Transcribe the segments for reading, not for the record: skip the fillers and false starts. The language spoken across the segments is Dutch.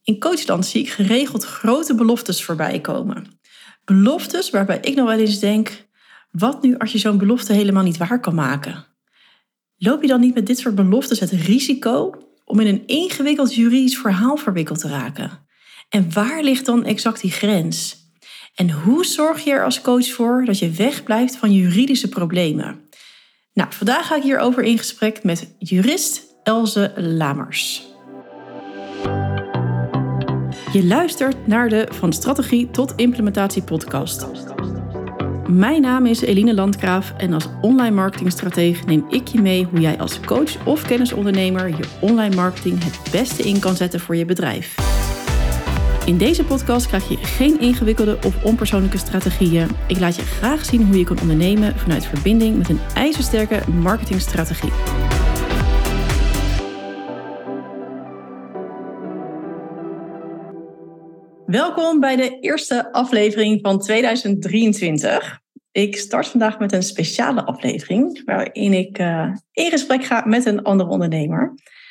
In Coachland zie ik geregeld grote beloftes voorbij komen. Beloftes waarbij ik nog wel eens denk, wat nu als je zo'n belofte helemaal niet waar kan maken? Loop je dan niet met dit soort beloftes het risico om in een ingewikkeld juridisch verhaal verwikkeld te raken? En waar ligt dan exact die grens? En hoe zorg je er als coach voor dat je wegblijft van juridische problemen? Nou, vandaag ga ik hierover in gesprek met jurist Else Lamers. Je luistert naar de Van Strategie tot Implementatie podcast. Mijn naam is Eline Landgraaf en als online marketingstratege neem ik je mee hoe jij als coach of kennisondernemer je online marketing het beste in kan zetten voor je bedrijf. In deze podcast krijg je geen ingewikkelde of onpersoonlijke strategieën. Ik laat je graag zien hoe je kan ondernemen vanuit verbinding met een ijzersterke marketingstrategie. Welkom bij de eerste aflevering van 2023. Ik start vandaag met een speciale aflevering waarin ik in gesprek ga met een andere ondernemer.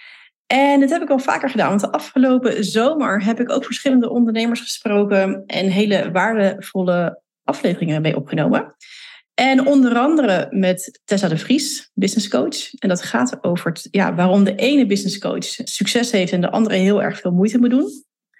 En dit heb ik al vaker gedaan, want de afgelopen zomer heb ik ook verschillende ondernemers gesproken en hele waardevolle afleveringen mee opgenomen. En onder andere met Tessa de Vries, business coach. En dat gaat over waarom de ene business coach succes heeft en de andere heel erg veel moeite moet doen.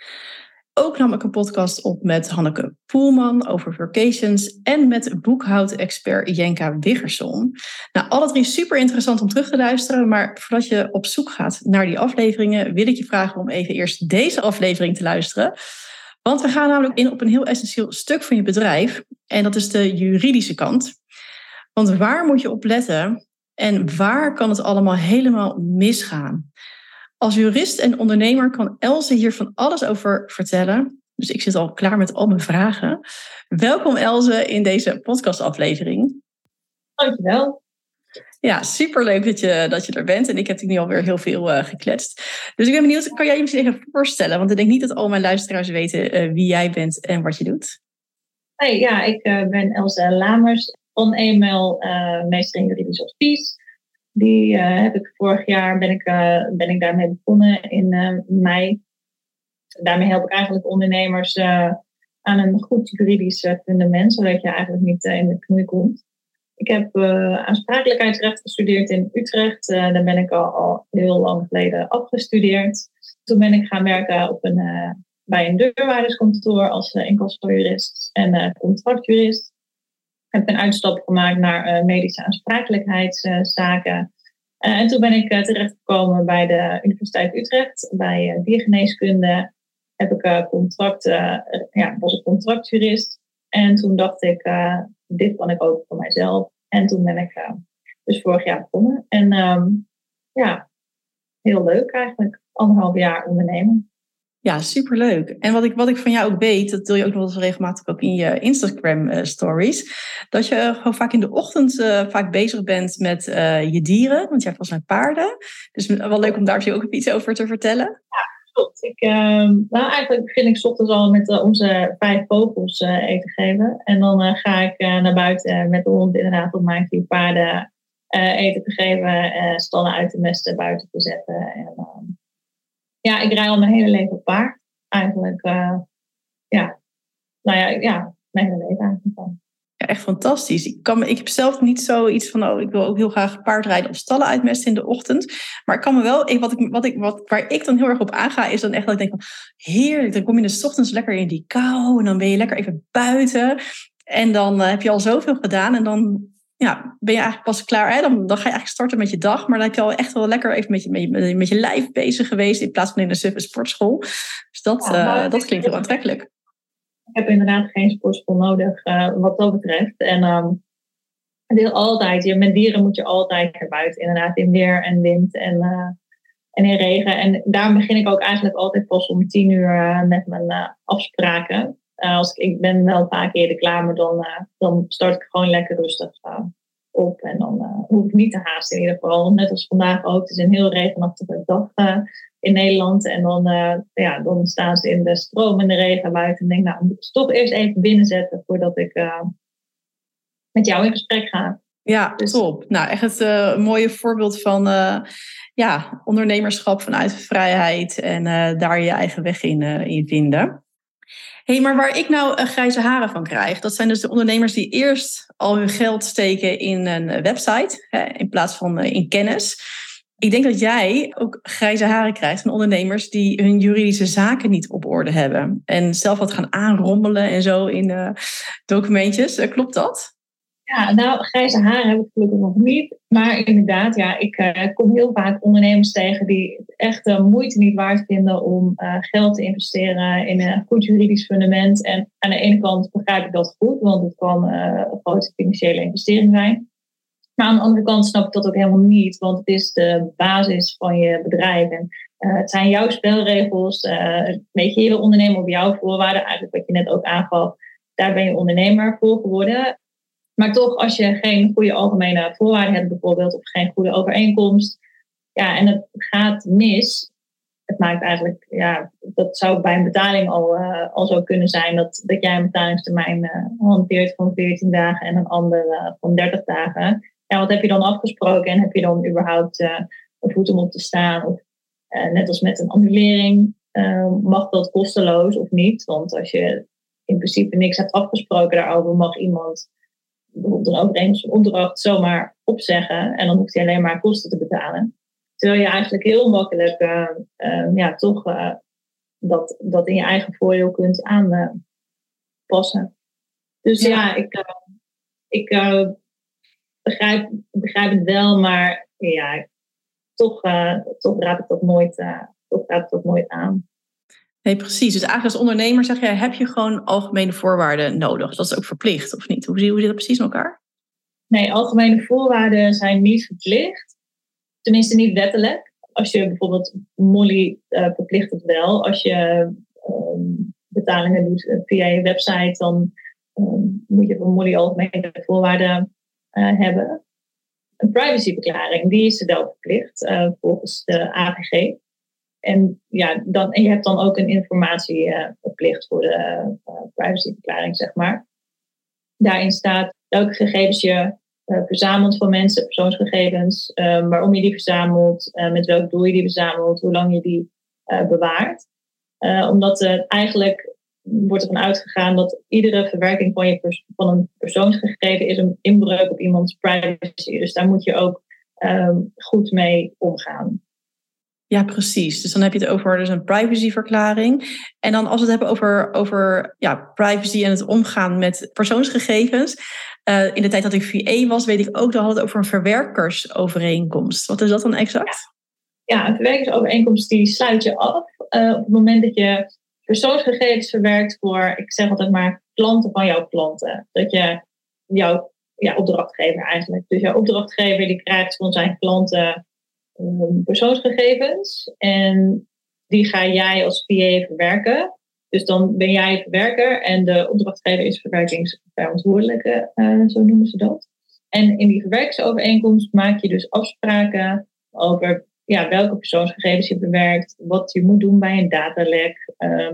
Ook nam ik een podcast op met Hanneke Poelman over vacations en met boekhoudexpert Jenka Wiggerson. Nou, alle drie super interessant om terug te luisteren, maar voordat je op zoek gaat naar die afleveringen, wil ik je vragen om even eerst deze aflevering te luisteren. Want we gaan namelijk in op een heel essentieel stuk van je bedrijf en dat is de juridische kant. Want waar moet je op letten en waar kan het allemaal helemaal misgaan? Als jurist en ondernemer kan Else hier van alles over vertellen. Dus ik zit al klaar met al mijn vragen. Welkom Else in deze podcastaflevering. Dankjewel. Ja, superleuk dat je er bent. En ik heb nu alweer heel veel gekletst. Dus ik ben benieuwd, kan jij je misschien even voorstellen? Want ik denk niet dat al mijn luisteraars weten wie jij bent en wat je doet. Hey, ik ben Else Lamers van EML, meester in juridisch advies. Die heb ik vorig jaar ben ik daarmee begonnen in mei. Daarmee help ik eigenlijk ondernemers aan een goed juridisch fundament, zodat je eigenlijk niet in de knoei komt. Ik heb aansprakelijkheidsrecht gestudeerd in Utrecht. Daar ben ik al heel lang geleden afgestudeerd. Toen ben ik gaan werken bij een deurwaarderskantoor als incassojurist en contractjurist. Ik heb een uitstap gemaakt naar medische aansprakelijkheidszaken. En toen ben ik terechtgekomen bij de Universiteit Utrecht, bij diergeneeskunde. Heb ik was ik contractjurist. En toen dacht ik, dit kan ik ook voor mijzelf. En toen ben ik dus vorig jaar begonnen. En heel leuk eigenlijk. 1,5 jaar ondernemen. Ja, superleuk. En wat ik van jou ook weet, dat deel je ook nog wel eens regelmatig ook in je Instagram stories, dat je gewoon vaak in de ochtend vaak bezig bent met je dieren, want je hebt volgens mij paarden. Dus wel leuk om daar misschien ook iets over te vertellen. Ja, klopt. Eigenlijk begin ik 's ochtends al met onze 5 vogels eten geven. En dan ga ik naar buiten met de hond inderdaad om mijn 4 paarden eten te geven, stallen uit te mesten, buiten te zetten. En ik rij al mijn hele leven op paard. Eigenlijk, mijn hele leven eigenlijk al. Ja, echt fantastisch. Ik heb zelf niet zoiets van, ik wil ook heel graag paardrijden of stallen uitmesten in de ochtend. Maar ik kan me wel, waar ik dan heel erg op aanga, is dan echt dat ik denk van, heerlijk, dan kom je dus 's ochtends lekker in die kou en dan ben je lekker even buiten. En dan heb je al zoveel gedaan en dan ben je eigenlijk pas klaar. Hè? Dan ga je eigenlijk starten met je dag. Maar dan heb je al echt wel lekker even met je lijf bezig geweest in plaats van in een suffe sportschool. Dus dat klinkt heel aantrekkelijk. Ik heb inderdaad geen sportschool nodig wat dat betreft. En met dieren moet je altijd naar buiten. Inderdaad in weer en wind en in regen. En daarom begin ik ook eigenlijk altijd pas om 10:00 met mijn afspraken. Ik ben wel vaak eerder klaar, maar dan start ik gewoon lekker rustig op. En dan hoef ik niet te haasten in ieder geval. Net als vandaag ook. Het is een heel regenachtige dag in Nederland. En dan staan ze in de stromende regen buiten. En denk, moet ik ze toch eerst even binnenzetten voordat ik met jou in gesprek ga. Ja, top. Nou, echt een mooie voorbeeld van ondernemerschap vanuit vrijheid en daar je eigen weg in vinden. Hey, maar waar ik nou grijze haren van krijg, dat zijn dus de ondernemers die eerst al hun geld steken in een website, in plaats van in kennis. Ik denk dat jij ook grijze haren krijgt van ondernemers die hun juridische zaken niet op orde hebben. En zelf wat gaan aanrommelen en zo in documentjes. Klopt dat? Ja, nou, grijze haren heb ik gelukkig nog niet. Maar inderdaad, ik kom heel vaak ondernemers tegen die het echt de moeite niet waard vinden om geld te investeren in een goed juridisch fundament. En aan de ene kant begrijp ik dat goed, want het kan een grote financiële investering zijn. Maar aan de andere kant snap ik dat ook helemaal niet, want het is de basis van je bedrijf. En het zijn jouw spelregels. Weet je wil ondernemen op jouw voorwaarden, eigenlijk wat je net ook aangaf. Daar ben je ondernemer voor geworden. Maar toch, als je geen goede algemene voorwaarden hebt bijvoorbeeld, of geen goede overeenkomst, ja, en het gaat mis, het maakt eigenlijk, dat zou bij een betaling al zo kunnen zijn, dat jij een betalingstermijn hanteert van 14 dagen en een ander van 30 dagen. Ja, wat heb je dan afgesproken en heb je dan überhaupt een voet om op te staan? Of net als met een annulering, mag dat kosteloos of niet? Want als je in principe niks hebt afgesproken daarover, mag iemand bijvoorbeeld een overeenkomst van opdracht zomaar opzeggen en dan hoeft hij alleen maar kosten te betalen. Terwijl je eigenlijk heel makkelijk dat in je eigen voordeel kunt aanpassen. Dus ik begrijp het wel, maar toch raad ik dat nooit aan. Nee, precies. Dus eigenlijk als ondernemer zeg jij, heb je gewoon algemene voorwaarden nodig. Dat is ook verplicht, of niet? Hoe zit dat precies in elkaar? Nee, algemene voorwaarden zijn niet verplicht. Tenminste niet wettelijk. Als je bijvoorbeeld Molly verplicht het wel. Als je betalingen doet via je website, dan moet je voor Molly algemene voorwaarden hebben. Een privacyverklaring, die is wel verplicht volgens de AVG. En je hebt dan ook een informatieplicht voor de privacyverklaring, zeg maar. Daarin staat welke gegevens je verzamelt van mensen, persoonsgegevens, waarom je die verzamelt, met welk doel je die verzamelt, hoe lang je die bewaart. Omdat eigenlijk wordt ervan uitgegaan dat iedere verwerking van een persoonsgegeven is een inbreuk op iemands privacy. Dus daar moet je ook goed mee omgaan. Ja, precies. Dus dan heb je het over een privacyverklaring. En dan als we het hebben over privacy en het omgaan met persoonsgegevens. In de tijd dat ik VA was, weet ik ook, dat hadden het over een verwerkersovereenkomst. Wat is dat dan exact? Ja, een verwerkersovereenkomst die sluit je af op het moment dat je persoonsgegevens verwerkt voor, ik zeg altijd maar, klanten van jouw klanten. Dat je jouw opdrachtgever eigenlijk. Dus jouw opdrachtgever die krijgt van zijn klanten persoonsgegevens en die ga jij als VA verwerken. Dus dan ben jij verwerker en de opdrachtgever is verwerkingsverantwoordelijke, zo noemen ze dat. En in die verwerkingsovereenkomst maak je dus afspraken over welke persoonsgegevens je bewerkt, wat je moet doen bij een datalek.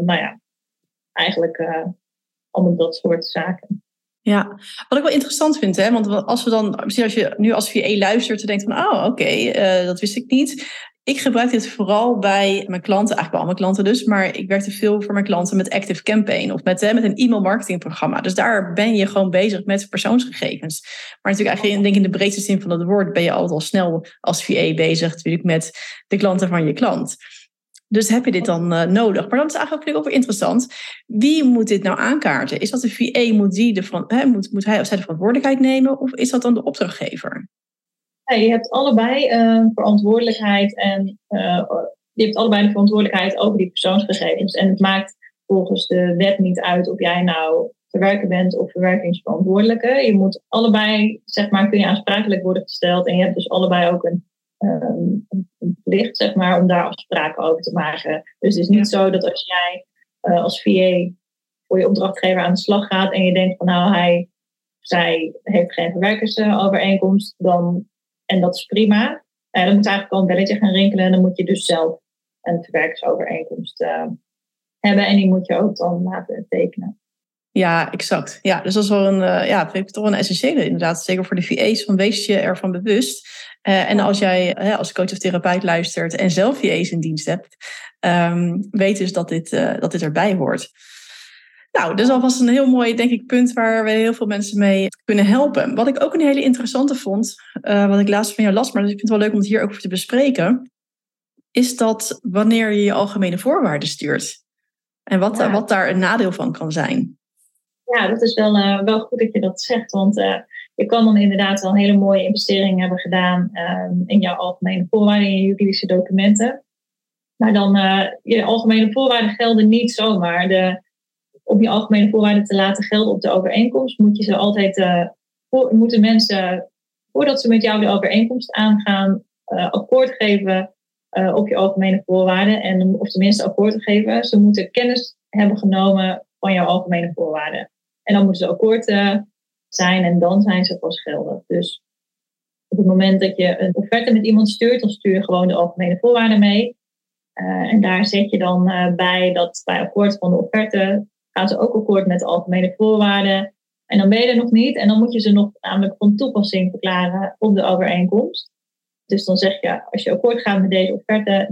Eigenlijk allemaal dat soort zaken. Ja, wat ik wel interessant vind, hè, want als je nu als VA luistert en denkt van, oké, dat wist ik niet. Ik gebruik dit vooral bij mijn klanten, eigenlijk bij al mijn klanten dus, maar ik werkte veel voor mijn klanten met Active Campaign of met een e-mail marketingprogramma. Dus daar ben je gewoon bezig met persoonsgegevens. Maar natuurlijk eigenlijk denk ik in de breedste zin van het woord ben je altijd al snel als VA bezig natuurlijk met de klanten van je klant. Dus heb je dit dan nodig? Maar dat is eigenlijk ook weer interessant. Wie moet dit nou aankaarten? Is dat de VA, moet hij of zij de verantwoordelijkheid nemen? Of is dat dan de opdrachtgever? Ja, je hebt allebei verantwoordelijkheid en je hebt allebei de verantwoordelijkheid over die persoonsgegevens. En het maakt volgens de wet niet uit of jij nou verwerker bent of verwerkingsverantwoordelijke. Je moet allebei, zeg maar, kun je aansprakelijk worden gesteld. En je hebt dus allebei ook een plicht, zeg maar, om daar afspraken over te maken. Dus het is niet zo dat als jij als VA voor je opdrachtgever aan de slag gaat en je denkt van zij heeft geen verwerkersovereenkomst, en dat is prima. Dan moet eigenlijk al een belletje gaan rinkelen en dan moet je dus zelf een verwerkersovereenkomst hebben en die moet je ook dan laten tekenen. Ja, exact. Ja, dus dat is wel vind ik toch een essentiële inderdaad. Zeker voor de VA's, van wees je ervan bewust. En als jij als coach of therapeut luistert en zelf VA's in dienst hebt, weet dus dat dit erbij hoort. Nou, dus alvast een heel mooi, denk ik, punt waar we heel veel mensen mee kunnen helpen. Wat ik ook een hele interessante vond, wat ik laatst van jou las, maar ik vind het wel leuk om het hier ook over te bespreken, is dat wanneer je je algemene voorwaarden stuurt. En wat daar een nadeel van kan zijn. Ja, dat is wel goed dat je dat zegt. Want je kan dan inderdaad wel een hele mooie investering hebben gedaan in jouw algemene voorwaarden, in je juridische documenten. Maar dan je algemene voorwaarden gelden niet zomaar. Om je algemene voorwaarden te laten gelden op de overeenkomst, moet je ze altijd, moeten mensen, voordat ze met jou de overeenkomst aangaan, akkoord geven op je algemene voorwaarden. Of tenminste akkoord geven. Ze moeten kennis hebben genomen van jouw algemene voorwaarden. En dan moeten ze akkoord zijn en dan zijn ze pas geldig. Dus op het moment dat je een offerte met iemand stuurt, dan stuur je gewoon de algemene voorwaarden mee. En daar zet je dan bij dat bij akkoord van de offerte gaan ze ook akkoord met de algemene voorwaarden. En dan ben je er nog niet. En dan moet je ze nog namelijk van toepassing verklaren op de overeenkomst. Dus dan zeg je, als je akkoord gaat met deze offerte,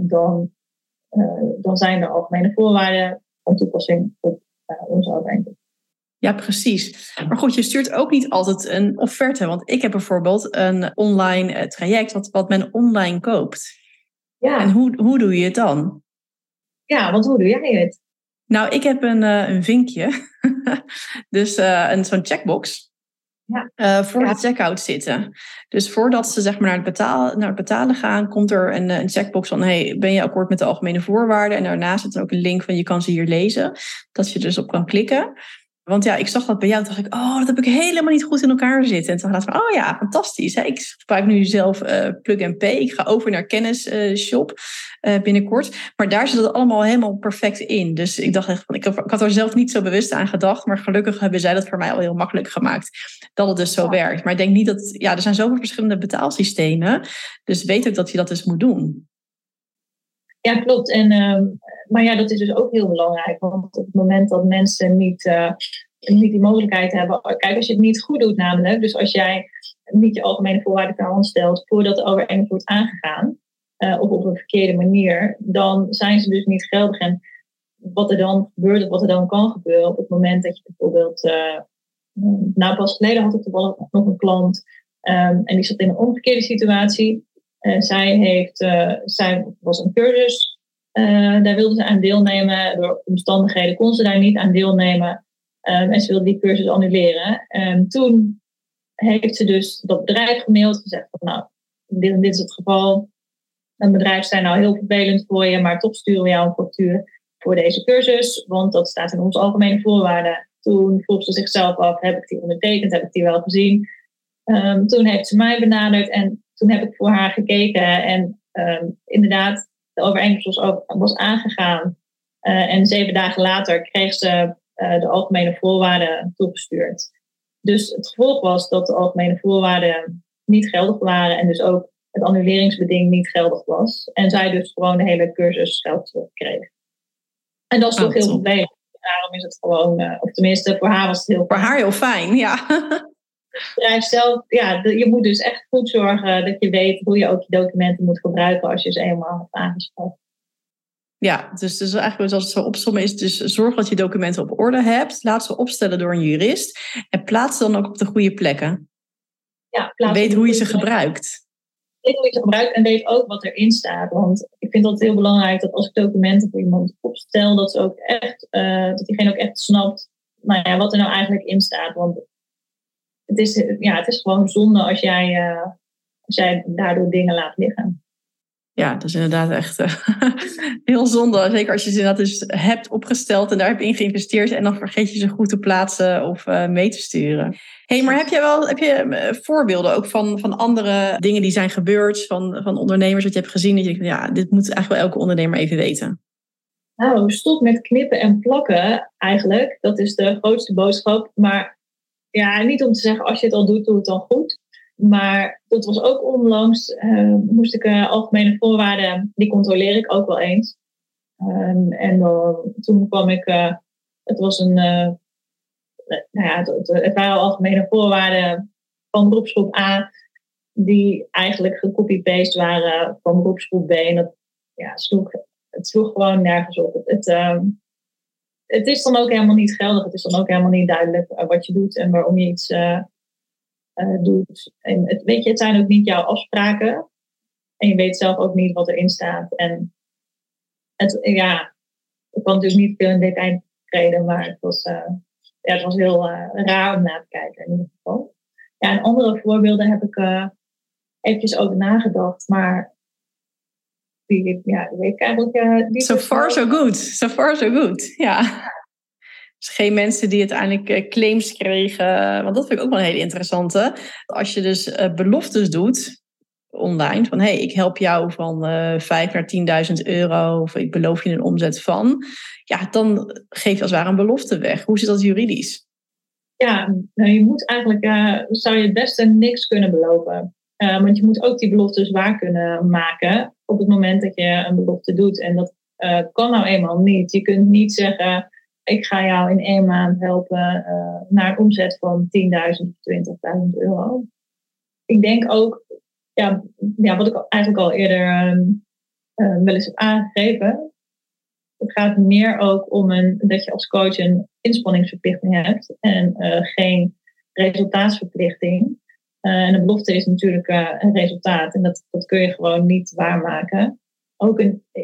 dan zijn de algemene voorwaarden van toepassing op onze overeenkomst. Ja, precies. Maar goed, je stuurt ook niet altijd een offerte. Want ik heb bijvoorbeeld een online traject wat men online koopt. Ja. En hoe doe je het dan? Ja, want hoe doe jij het? Nou, ik heb een vinkje. Dus zo'n checkbox. Ja. Voor de checkout zitten. Dus voordat ze zeg maar naar het betalen gaan, komt er een checkbox van ben je akkoord met de algemene voorwaarden? En daarnaast zit er ook een link van je kan ze hier lezen. Dat je dus op kan klikken. Want ja, ik zag dat bij jou. Dacht ik, dat heb ik helemaal niet goed in elkaar zitten. En toen dacht ik, fantastisch. Hè? Ik gebruik nu zelf Plug and Pay. Ik ga over naar Kennisshop binnenkort. Maar daar zit het allemaal helemaal perfect in. Dus ik dacht echt, ik had er zelf niet zo bewust aan gedacht. Maar gelukkig hebben zij dat voor mij al heel makkelijk gemaakt. Dat het dus zo werkt. Maar ik denk niet dat, er zijn zoveel verschillende betaalsystemen. Dus weet ook dat je dat dus moet doen. Ja, klopt. Maar dat is dus ook heel belangrijk. Want op het moment dat mensen niet die mogelijkheid hebben. Kijk, als je het niet goed doet namelijk. Dus als jij niet je algemene voorwaarden ter hand stelt voordat de overeenkomst wordt aangegaan. Of op een verkeerde manier. Dan zijn ze dus niet geldig. En wat er dan gebeurt of wat er dan kan gebeuren. Op het moment dat je bijvoorbeeld. Pas geleden had ik toevallig nog een klant. En die zat in een omgekeerde situatie. Zij was een cursus, daar wilde ze aan deelnemen. Door omstandigheden kon ze daar niet aan deelnemen. En ze wilde die cursus annuleren. Toen heeft ze dus dat bedrijf gemaild, gezegd van dit is het geval. Een bedrijf zijn nou heel vervelend voor je, maar toch sturen we jou een factuur voor deze cursus. Want dat staat in onze algemene voorwaarden. Toen vroeg ze zichzelf af, heb ik die ondertekend, heb ik die wel gezien? Toen heeft ze mij benaderd en toen heb ik voor haar gekeken en inderdaad, de overeenkomst was aangegaan. En 7 dagen later kreeg ze de algemene voorwaarden toegestuurd. Dus het gevolg was dat de algemene voorwaarden niet geldig waren en dus ook het annuleringsbeding niet geldig was. En zij dus gewoon de hele cursus geld terugkreeg. En dat is toch heel vervelend. Daarom is het gewoon, of tenminste voor haar was het heel fijn. Voor haar heel fijn, ja. Het bedrijf zelf, je moet dus echt goed zorgen dat je weet hoe je ook je documenten moet gebruiken als je ze eenmaal hebt aangesproken. Ja, dus eigenlijk als het zo opsommen is, dus zorg dat je documenten op orde hebt. Laat ze opstellen door een jurist. En plaats ze dan ook op de goede plekken. Ja, weet hoe je ze gebruikt. Weet hoe je ze gebruikt en weet ook wat erin staat. Want ik vind het heel belangrijk dat als ik documenten voor iemand opstel, dat ze ook echt, dat diegene ook echt snapt wat er nou eigenlijk in staat. Want het is gewoon zonde als jij daardoor dingen laat liggen. Ja, dat is inderdaad echt heel zonde. Zeker als je ze inderdaad dus hebt opgesteld en daar hebt in geïnvesteerd en dan vergeet je ze goed te plaatsen of mee te sturen. Maar heb je voorbeelden ook van andere dingen die zijn gebeurd, van ondernemers wat je hebt gezien? Dat je denkt, dit moet eigenlijk wel elke ondernemer even weten. Nou, stop met knippen en plakken eigenlijk. Dat is de grootste boodschap. Maar niet om te zeggen, als je het al doet, doe het dan goed. Maar dat was ook onlangs, moest ik algemene voorwaarden, die controleer ik ook wel eens. Toen kwam ik, het was het waren algemene voorwaarden van beroepsgroep A, die eigenlijk gecopy-paste waren van beroepsgroep B. En dat sloeg gewoon nergens op. Het is dan ook helemaal niet geldig. Het is dan ook helemaal niet duidelijk wat je doet en waarom je iets doet. En het zijn ook niet jouw afspraken. En je weet zelf ook niet wat erin staat. En ik kan dus niet veel in detail treden, maar het was heel raar om na te kijken in ieder geval. Ja, en andere voorbeelden heb ik eventjes over nagedacht, maar die weet ik eigenlijk niet. So far so good. So far so good, ja. Dus geen mensen die uiteindelijk claims kregen. Want dat vind ik ook wel een hele interessante. Als je dus beloftes doet online. Van ik help jou van 5 naar 10.000 euro. Of ik beloof je een omzet van. Ja, dan geef je als het ware een belofte weg. Hoe zit dat juridisch? Ja, nou, je moet eigenlijk, zou je het beste niks kunnen beloven. Want je moet ook die beloftes waar kunnen maken op het moment dat je een belofte doet. En dat kan nou eenmaal niet. Je kunt niet zeggen, ik ga jou in 1 maand helpen naar een omzet van 10.000 of 20.000 euro. Ik denk ook, wat ik eigenlijk al eerder wel eens heb aangegeven. Het gaat meer ook om dat je als coach een inspanningsverplichting hebt en geen resultaatsverplichting. En een belofte is natuurlijk een resultaat en dat kun je gewoon niet waarmaken. Ook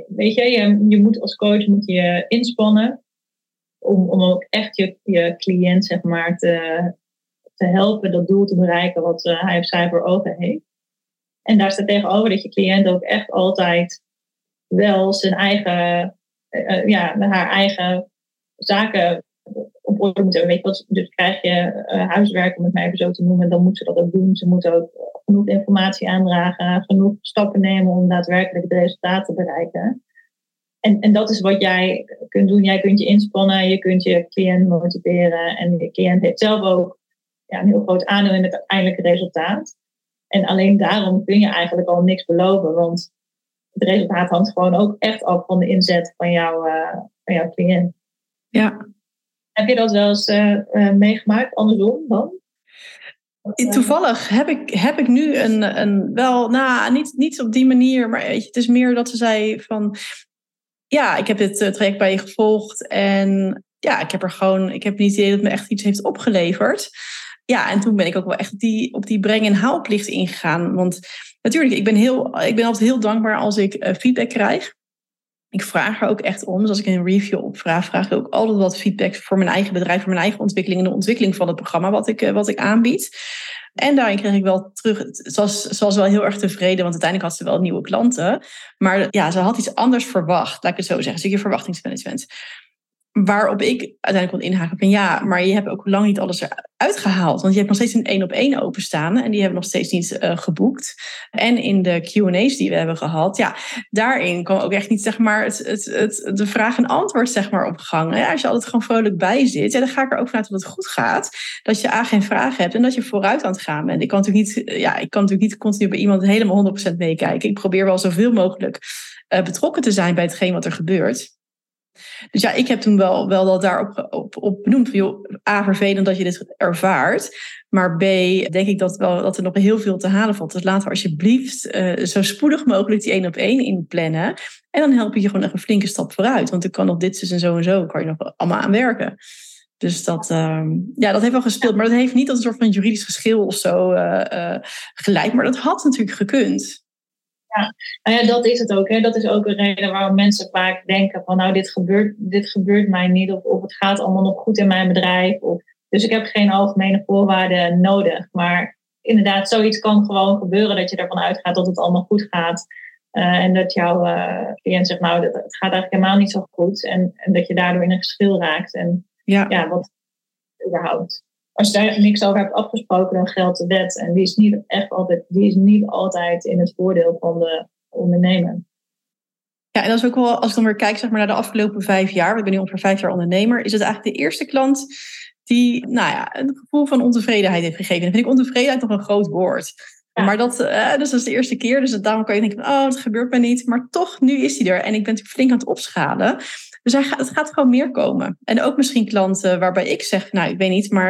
je moet als coach je inspannen om ook echt je cliënt zeg maar te helpen dat doel te bereiken wat hij of zij voor ogen heeft. En daar staat tegenover dat je cliënt ook echt altijd wel zijn eigen haar eigen zaken op orde moeten. Weet je wat, dus krijg je huiswerk, om het maar even zo te noemen, dan moet ze dat ook doen. Ze moet ook genoeg informatie aandragen, genoeg stappen nemen om daadwerkelijk het resultaat te bereiken. En dat is wat jij kunt doen. Jij kunt je inspannen, je kunt je cliënt motiveren en je cliënt heeft zelf ook een heel groot aandeel in het uiteindelijke resultaat. En alleen daarom kun je eigenlijk al niks beloven, want het resultaat hangt gewoon ook echt af van de inzet van jouw cliënt. Ja. Heb je dat wel eens meegemaakt, andersom dan? Toevallig heb ik nu niet op die manier, maar het is meer dat ze zei van, ik heb dit traject bij je gevolgd en ik heb niet het idee dat me echt iets heeft opgeleverd. Ja, en toen ben ik ook wel echt op die breng- en haalplicht ingegaan. Want natuurlijk, ik ben altijd heel dankbaar als ik feedback krijg. Ik vraag er ook echt om. Dus als ik een review opvraag, vraag ik ook altijd wat feedback voor mijn eigen bedrijf, voor mijn eigen ontwikkeling en de ontwikkeling van het programma wat ik aanbied. En daarin kreeg ik wel terug. Ze was wel heel erg tevreden, want uiteindelijk had ze wel nieuwe klanten. Maar ze had iets anders verwacht, laat ik het zo zeggen. Een stukje verwachtingsmanagement. Waarop ik uiteindelijk kon inhaken van maar je hebt ook lang niet alles eruit gehaald. Want je hebt nog steeds een 1-op-1 openstaan en die hebben we nog steeds niet geboekt. En in de Q&A's die we hebben gehad, daarin kwam ook echt niet zeg maar de vraag en antwoord zeg maar op gang. Ja, als je altijd gewoon vrolijk bij zit, dan ga ik er ook vanuit dat het goed gaat. Dat je geen vragen hebt en dat je vooruit aan het gaan bent. Ik kan natuurlijk niet continu bij iemand helemaal 100% meekijken. Ik probeer wel zoveel mogelijk betrokken te zijn bij hetgeen wat er gebeurt. Dus ik heb toen wel dat daarop benoemd. Van, A, vervelend dat je dit ervaart. Maar B, denk ik dat er nog heel veel te halen valt. Dus laten we alsjeblieft zo spoedig mogelijk die 1-op-1 inplannen. En dan help je gewoon echt een flinke stap vooruit. Want er kan nog dit en zo kan je nog allemaal aan werken. Dus dat heeft wel gespeeld. Maar dat heeft niet als een soort van juridisch geschil of zo geleid. Maar dat had natuurlijk gekund. Ja, dat is het ook. Hè. Dat is ook een reden waarom mensen vaak denken van dit gebeurt mij niet. Of het gaat allemaal nog goed in mijn bedrijf. Dus ik heb geen algemene voorwaarden nodig. Maar inderdaad, zoiets kan gewoon gebeuren. Dat je ervan uitgaat dat het allemaal goed gaat. En dat jouw cliënt zegt, het gaat eigenlijk helemaal niet zo goed. En dat je daardoor in een geschil raakt. En wat überhaupt. Als je daar niks over hebt afgesproken, dan geldt de wet. En die is niet altijd in het voordeel van de ondernemer. Ja, en dat is ook wel, als ik dan weer kijk zeg maar, naar de afgelopen 5 jaar. Ik ben nu ongeveer 5 jaar ondernemer. Is het eigenlijk de eerste klant die een gevoel van ontevredenheid heeft gegeven. En dan vind ik ontevredenheid nog een groot woord. Ja. Maar dus dat is de eerste keer. Dus daarom kan je denken, het gebeurt mij niet. Maar toch, nu is hij er. En ik ben natuurlijk flink aan het opschalen. Dus het gaat gewoon meer komen. En ook misschien klanten waarbij ik zeg, nou, ik weet niet, maar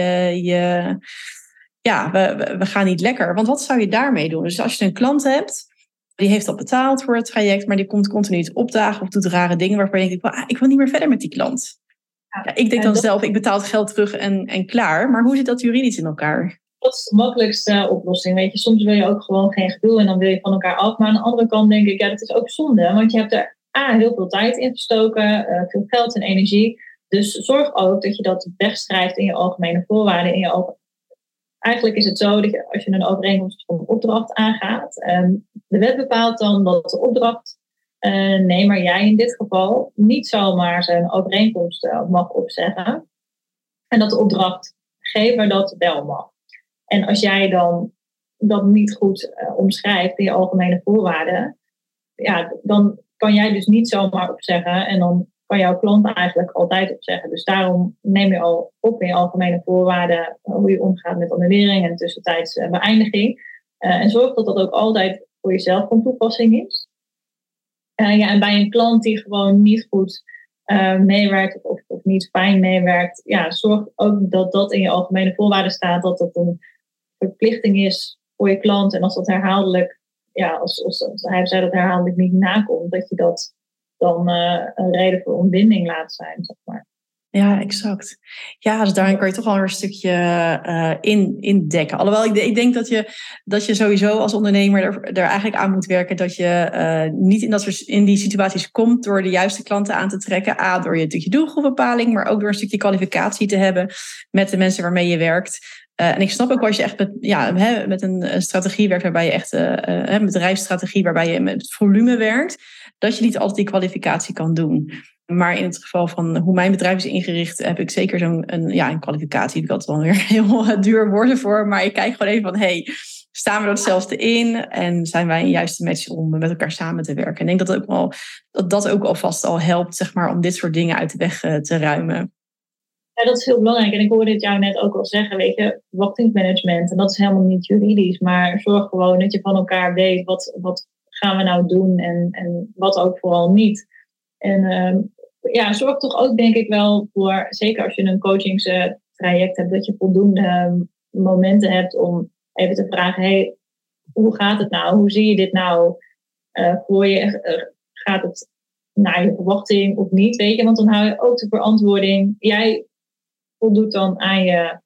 we gaan niet lekker. Want wat zou je daarmee doen? Dus als je een klant hebt, die heeft al betaald voor het traject, maar die komt continu te opdagen of doet rare dingen waarvan je denkt, ik wil niet meer verder met die klant. Ja, ik denk dan zelf, ik betaal het geld terug en klaar. Maar hoe zit dat juridisch in elkaar? Dat is de makkelijkste oplossing. Weet je, soms wil je ook gewoon geen gedoe en dan wil je van elkaar af. Maar aan de andere kant denk ik, dat is ook zonde. Want je hebt er heel veel tijd in gestoken, veel geld en energie. Dus zorg ook dat je dat wegschrijft in je algemene voorwaarden. Eigenlijk is het zo dat als je een overeenkomst van opdracht aangaat, de wet bepaalt dan dat de opdrachtnemer, jij in dit geval, niet zomaar zijn overeenkomst mag opzeggen. En dat de opdrachtgever dat wel mag. En als jij dan dat niet goed omschrijft in je algemene voorwaarden, dan kan jij dus niet zomaar opzeggen en dan kan jouw klant eigenlijk altijd opzeggen. Dus daarom neem je al op in je algemene voorwaarden hoe je omgaat met annulering en tussentijds beëindiging. En zorg dat dat ook altijd voor jezelf van toepassing is. En bij een klant die gewoon niet goed meewerkt of niet fijn meewerkt, zorg ook dat dat in je algemene voorwaarden staat, dat dat een verplichting is voor je klant. En als dat herhaaldelijk, als hij zei dat herhaaldelijk niet nakomt, dat je dat dan een reden voor ontbinding laat zijn, zeg maar. Ja, exact. Ja, dus daarin kan je toch wel een stukje indekken. Alhoewel, ik denk dat je sowieso als ondernemer er eigenlijk aan moet werken dat je niet in die situaties komt door de juiste klanten aan te trekken. Door je doelgroepbepaling, maar ook door een stukje kwalificatie te hebben met de mensen waarmee je werkt. En ik snap ook als je echt met een strategie werkt waarbij je echt een bedrijfsstrategie waarbij je met volume werkt, dat je niet altijd die kwalificatie kan doen. Maar in het geval van hoe mijn bedrijf is ingericht, heb ik zeker een kwalificatie. Ik had wel weer heel duur woorden voor. Maar ik kijk gewoon even van, staan we er hetzelfde in? En zijn wij een juiste match om met elkaar samen te werken? En ik denk dat ook alvast al helpt, zeg maar, om dit soort dingen uit de weg te ruimen. Ja, dat is heel belangrijk. En ik hoorde het jou net ook al zeggen, weet je, verwachtingsmanagement. En dat is helemaal niet juridisch. Maar zorg gewoon dat je van elkaar weet, wat gaan we nou doen en wat ook vooral niet. En zorg toch ook, denk ik wel, voor, zeker als je een coachingstraject hebt, dat je voldoende momenten hebt om even te vragen, hoe gaat het nou? Hoe zie je dit nou voor je? Gaat het naar je verwachting of niet? Weet je, want dan hou je ook de verantwoording. Jij voldoet dan aan je,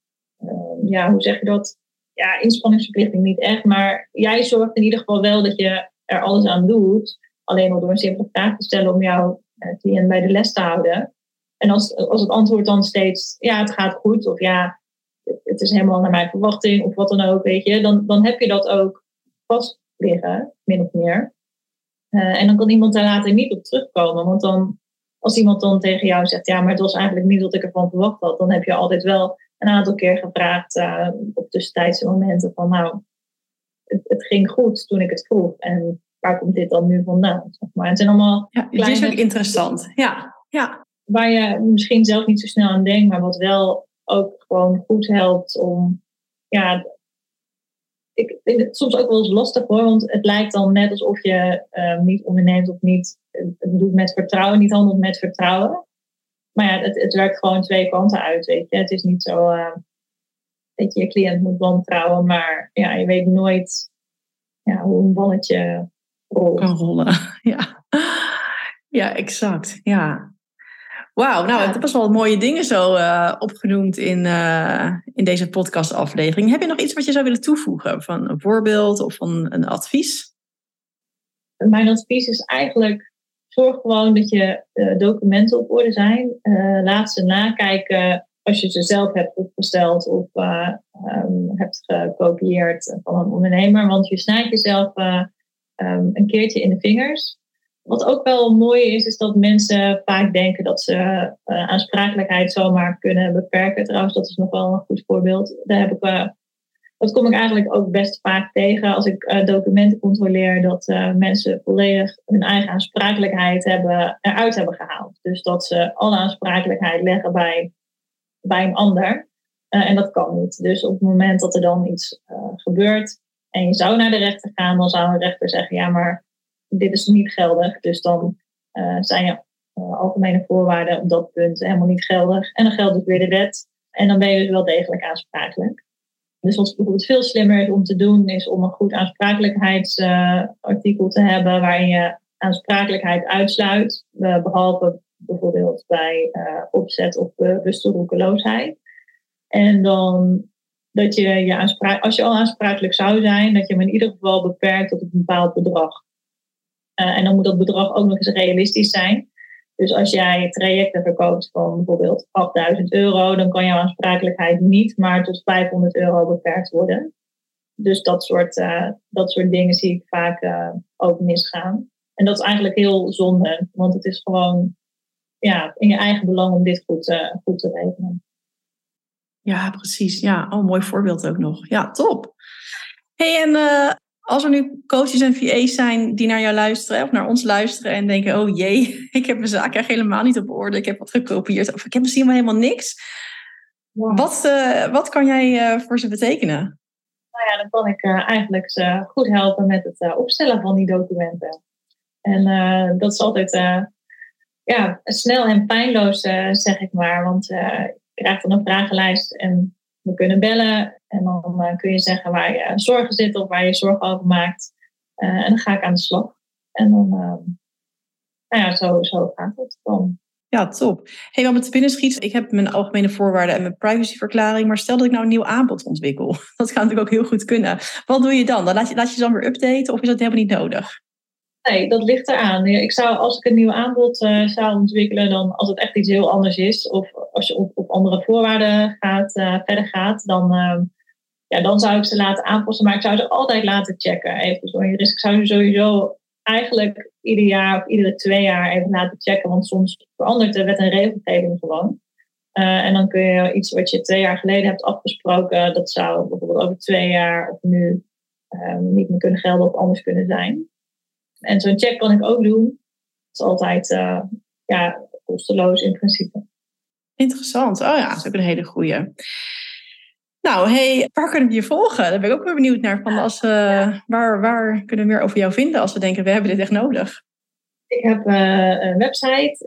hoe zeg je dat? Ja, inspanningsverplichting niet echt, maar jij zorgt in ieder geval wel dat je er alles aan doet. Alleen al door een simpele vraag te stellen om jouw cliënt bij de les te houden. En als het antwoord dan steeds, het gaat goed, of het is helemaal naar mijn verwachting, of wat dan ook, weet je, dan heb je dat ook vast liggen, min of meer. En dan kan iemand daar later niet op terugkomen. Want dan, als iemand dan tegen jou zegt, maar het was eigenlijk niet wat ik ervan verwacht had, dan heb je altijd wel een aantal keer gevraagd op tussentijdse momenten van, het ging goed toen ik het vroeg. En waar komt dit dan nu vandaan? Zeg maar. Het zijn allemaal het is ook interessant. Ja. Waar je misschien zelf niet zo snel aan denkt, maar wat wel ook gewoon goed helpt om... Ik vind het soms ook wel eens lastig hoor, want het lijkt dan net alsof je niet onderneemt of niet het doet met vertrouwen, niet handelt met vertrouwen. Maar het werkt gewoon twee kanten uit, weet je. Het is niet zo dat je cliënt moet wantrouwen, maar je weet nooit hoe een balletje kan rollen. Ja, exact. Ja. Wauw, nou, het was wel mooie dingen zo opgenoemd in deze podcastaflevering. Heb je nog iets wat je zou willen toevoegen? Van een voorbeeld of van een advies? Mijn advies is eigenlijk, zorg gewoon dat je documenten op orde zijn. Laat ze nakijken als je ze zelf hebt opgesteld of hebt gekopieerd van een ondernemer. Want je snijdt jezelf een keertje in de vingers. Wat ook wel mooi is dat mensen vaak denken dat ze aansprakelijkheid zomaar kunnen beperken. Trouwens, dat is nog wel een goed voorbeeld. Dat kom ik eigenlijk ook best vaak tegen als ik documenten controleer, dat mensen volledig hun eigen aansprakelijkheid eruit hebben gehaald. Dus dat ze alle aansprakelijkheid leggen bij een ander. En dat kan niet. Dus op het moment dat er dan iets gebeurt en je zou naar de rechter gaan, dan zou een rechter zeggen, maar dit is niet geldig. Dus dan zijn algemene voorwaarden op dat punt helemaal niet geldig. En dan geldt dus weer de wet. En dan ben je dus wel degelijk aansprakelijk. Dus wat bijvoorbeeld veel slimmer is om te doen, is om een goed aansprakelijkheidsartikel te hebben waarin je aansprakelijkheid uitsluit, behalve bijvoorbeeld bij opzet of bewuste roekeloosheid. En dan dat je als je al aansprakelijk zou zijn, dat je hem in ieder geval beperkt tot een bepaald bedrag. En dan moet dat bedrag ook nog eens realistisch zijn. Dus als jij trajecten verkoopt van bijvoorbeeld €8.000, dan kan jouw aansprakelijkheid niet maar tot €500 beperkt worden. Dus dat soort dingen zie ik vaak ook misgaan. En dat is eigenlijk heel zonde, want het is gewoon in je eigen belang om dit goed te regelen. Ja, precies. Ja, mooi voorbeeld ook nog. Ja, top. Hey, en als er nu coaches en VA's zijn die naar jou luisteren of naar ons luisteren en denken, oh jee, ik heb mijn zaak echt helemaal niet op orde, ik heb wat gekopieerd of ik heb misschien wel helemaal niks. Ja. Wat kan jij voor ze betekenen? Nou ja, dan kan ik eigenlijk ze goed helpen met het opstellen van die documenten. En dat is altijd snel en pijnloos, zeg ik maar. Want je krijgt dan een vragenlijst en we kunnen bellen. En dan kun je zeggen waar je zorgen zitten of waar je zorgen over maakt. En dan ga ik aan de slag. En dan, zo gaat het dan. Ja, top. Hey, wat me te binnen schiet, ik heb mijn algemene voorwaarden en mijn privacyverklaring. Maar stel dat ik nou een nieuw aanbod ontwikkel. Dat gaat natuurlijk ook heel goed kunnen. Wat doe je dan? Laat je ze dan weer updaten of is dat helemaal niet nodig? Nee, dat ligt eraan. Als ik een nieuw aanbod zou ontwikkelen, dan als het echt iets heel anders is, of als je op andere voorwaarden verder gaat, dan zou ik ze laten aanpassen. Maar ik zou ze altijd laten checken. Even zo. Dus ik zou ze sowieso eigenlijk ieder jaar of iedere 2 jaar even laten checken. Want soms verandert de wet en regelgeving gewoon. En dan kun je iets wat je 2 jaar geleden hebt afgesproken, dat zou bijvoorbeeld over 2 jaar of nu niet meer kunnen gelden of anders kunnen zijn. En zo'n check kan ik ook doen. Dat is altijd kosteloos in principe. Interessant. Oh ja, dat is ook een hele goeie. Nou, hey, waar kunnen we je volgen? Daar ben ik ook weer benieuwd naar. Waar kunnen we meer over jou vinden als we denken, we hebben dit echt nodig? Ik heb een website,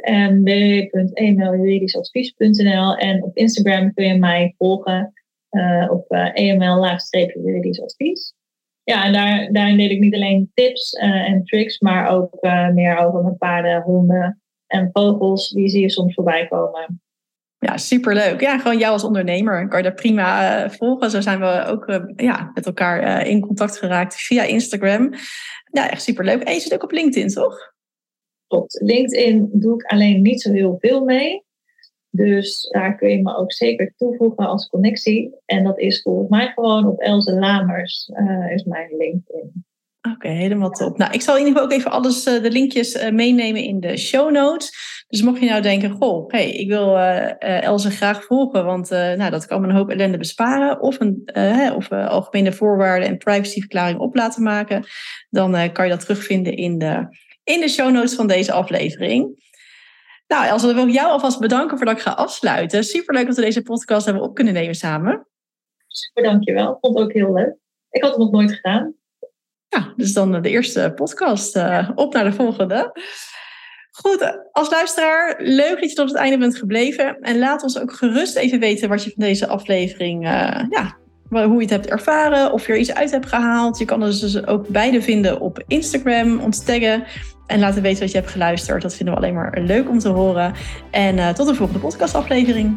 www.emljuridischadvies.nl. En op Instagram kun je mij volgen op eml-juridisch advies. Ja, en daarin deel ik niet alleen tips en tricks, maar ook meer over mijn paarden, honden en vogels. Die zie je soms voorbij komen. Ja, superleuk. Ja, gewoon jou als ondernemer kan je daar prima volgen. Zo zijn we ook met elkaar in contact geraakt via Instagram. Ja, echt superleuk. En je zit ook op LinkedIn, toch? Klopt. LinkedIn doe ik alleen niet zo heel veel mee. Dus daar kun je me ook zeker toevoegen als connectie. En dat is volgens mij gewoon op Else Lamers is mijn LinkedIn. Oké, helemaal top. Nou, ik zal in ieder geval ook even de linkjes meenemen in de show notes. Dus mocht je nou denken, ik wil Else graag volgen, want dat kan me een hoop ellende besparen. Of algemene voorwaarden en privacyverklaring op laten maken. Dan kan je dat terugvinden in de show notes van deze aflevering. Nou, Else, dan wil ik jou alvast bedanken voordat ik ga afsluiten. Superleuk dat we deze podcast hebben op kunnen nemen samen. Super, dankjewel. Ik vond het ook heel leuk. Ik had het nog nooit gedaan. Ja, dus dan de eerste podcast. Op naar de volgende. Goed, als luisteraar, leuk dat je tot het einde bent gebleven. En laat ons ook gerust even weten wat je van deze aflevering, hoe je het hebt ervaren. Of je er iets uit hebt gehaald. Je kan ons dus ook beide vinden op Instagram, ons taggen. En laten weten wat je hebt geluisterd. Dat vinden we alleen maar leuk om te horen. En tot de volgende podcastaflevering.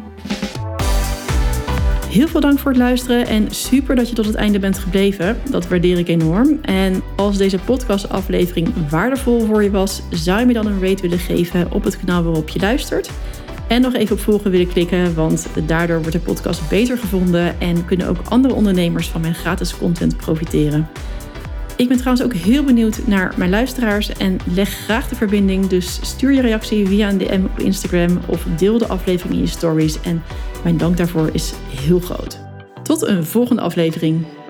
Heel veel dank voor het luisteren en super dat je tot het einde bent gebleven. Dat waardeer ik enorm. En als deze podcastaflevering waardevol voor je was, zou je me dan een rate willen geven op het kanaal waarop je luistert. En nog even op volgen willen klikken, want daardoor wordt de podcast beter gevonden en kunnen ook andere ondernemers van mijn gratis content profiteren. Ik ben trouwens ook heel benieuwd naar mijn luisteraars en leg graag de verbinding. Dus stuur je reactie via een DM op Instagram of deel de aflevering in je stories. En mijn dank daarvoor is heel groot. Tot een volgende aflevering.